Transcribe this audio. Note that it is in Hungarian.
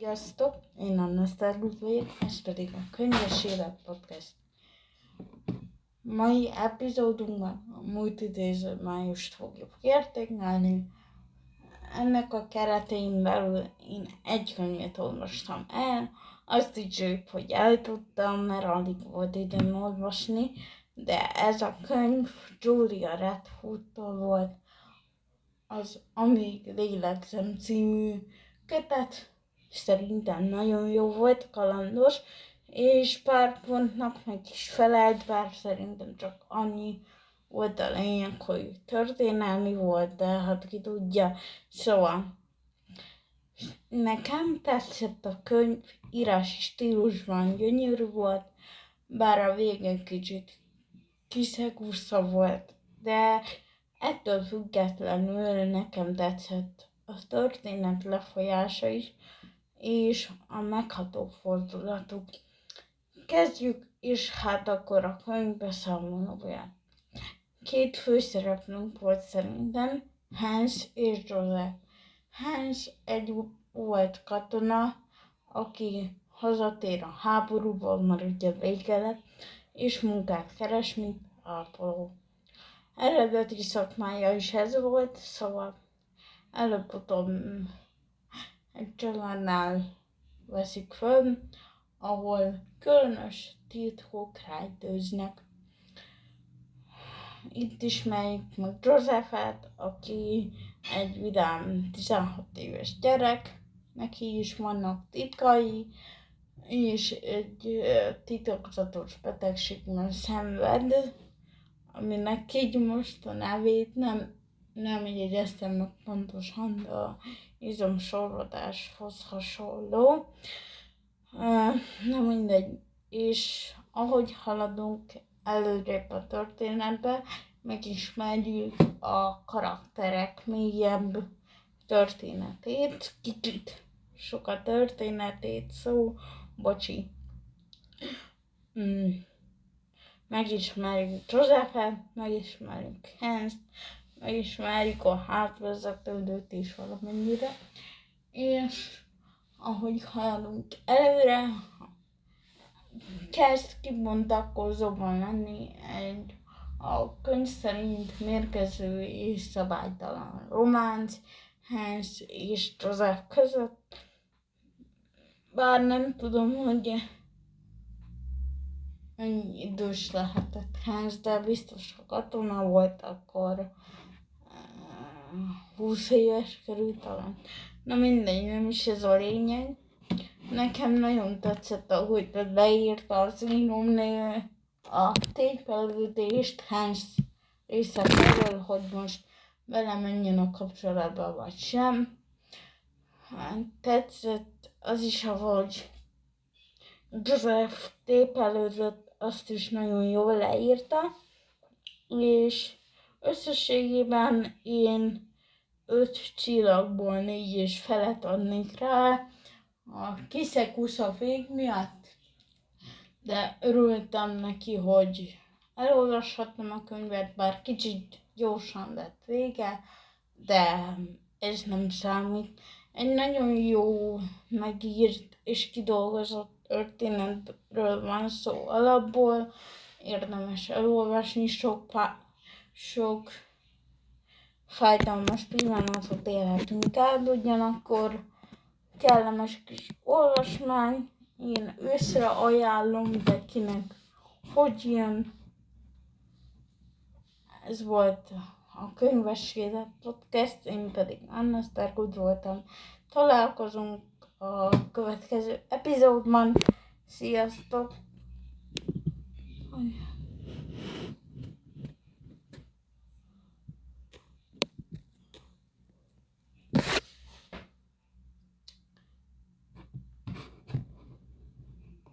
Sziasztok! Én Anna Sztárgút vagyok, ez pedig a Könyves Élet Podcast. Mai epizódunkban a múlt idéző májust fogjuk értékelni. Ennek a keretein belül én egy könyvet olvastam el, azt dicsőjük, hogy eltudtam, mert alig volt időm olvasni, de ez a könyv Julia Redwood-tól volt, az Amíg lélegzem című kötet. Szerintem nagyon jó volt, kalandos, és pár pontnak meg is felelt, bár szerintem csak annyi volt a lényeg, hogy történelmi volt, de hát ki tudja. Szóval nekem tetszett a könyv, írási stílusban gyönyörű volt, bár a végén kicsit kiszegúsza volt, de ettől függetlenül nekem tetszett a történet lefolyása is, és a megható fordulatuk. Kezdjük, és hát akkor a könyv beszámolója. Két főszereplőnk volt szerintem, Hans és Joseph. Hans egy volt katona, aki hazatér a háborúból, mert ugye vége lett, és munkát keres, mint ápoló. Eredeti szakmája is ez volt, szóval előbb-utóbb egy családnál veszik föl, ahol különös titkok rejtőznek. Itt ismerjük meg Josephet, aki egy vidám 16 éves gyerek, neki is vannak titkai, és egy titokzatos betegségben szenved, aminek így most a nevét nem jegyeztem meg pontosan, de a izomsorvadáshoz hasonló. Na mindegy, és ahogy haladunk előrébb a történetbe, megismerjük a karakterek mélyebb történetét, kicsit sok a történetét, bocsi. Megismerjük Josephet, megismerjük Hanst, megismerjük a hátvezetődőt is valamennyire, és ahogy haladunk előre, kezd kibontakozóban lenni egy a könyv szerint mérgező és szabálytalan románc Hans és Joseph között. Bár nem tudom, hogy ennyi idős lehetett Hans, de biztos, ha katona volt, akkor 20 éves körül talán. Na mindegy, nem is ez a lényeg. Nekem nagyon tetszett, ahogy leírta az írónő a tényfelütést Hans részekről, hogy most belemenjen a kapcsolatba vagy sem. Tetszett az is, ahogy Joseph tépelődött, azt is nagyon jól leírta, és összességében én 5 csillagból 4,5 adnék rá a kiszekusz a vég miatt, de örültem neki, hogy elolvashattam a könyvet, bár kicsit gyorsan lett vége, de ez nem számít. Egy nagyon jó megírt és kidolgozott történetről van szó alapból, érdemes elolvasni, sok fájdalmas pillanatot élhetünk át, ugyanakkor kellemes kis olvasmány, én őszre ajánlom, de kinek hogy jön. Ez volt a Könyves Élet Podcast, én pedig Anna Sztárgút voltam. Találkozunk a következő epizódban. Sziasztok!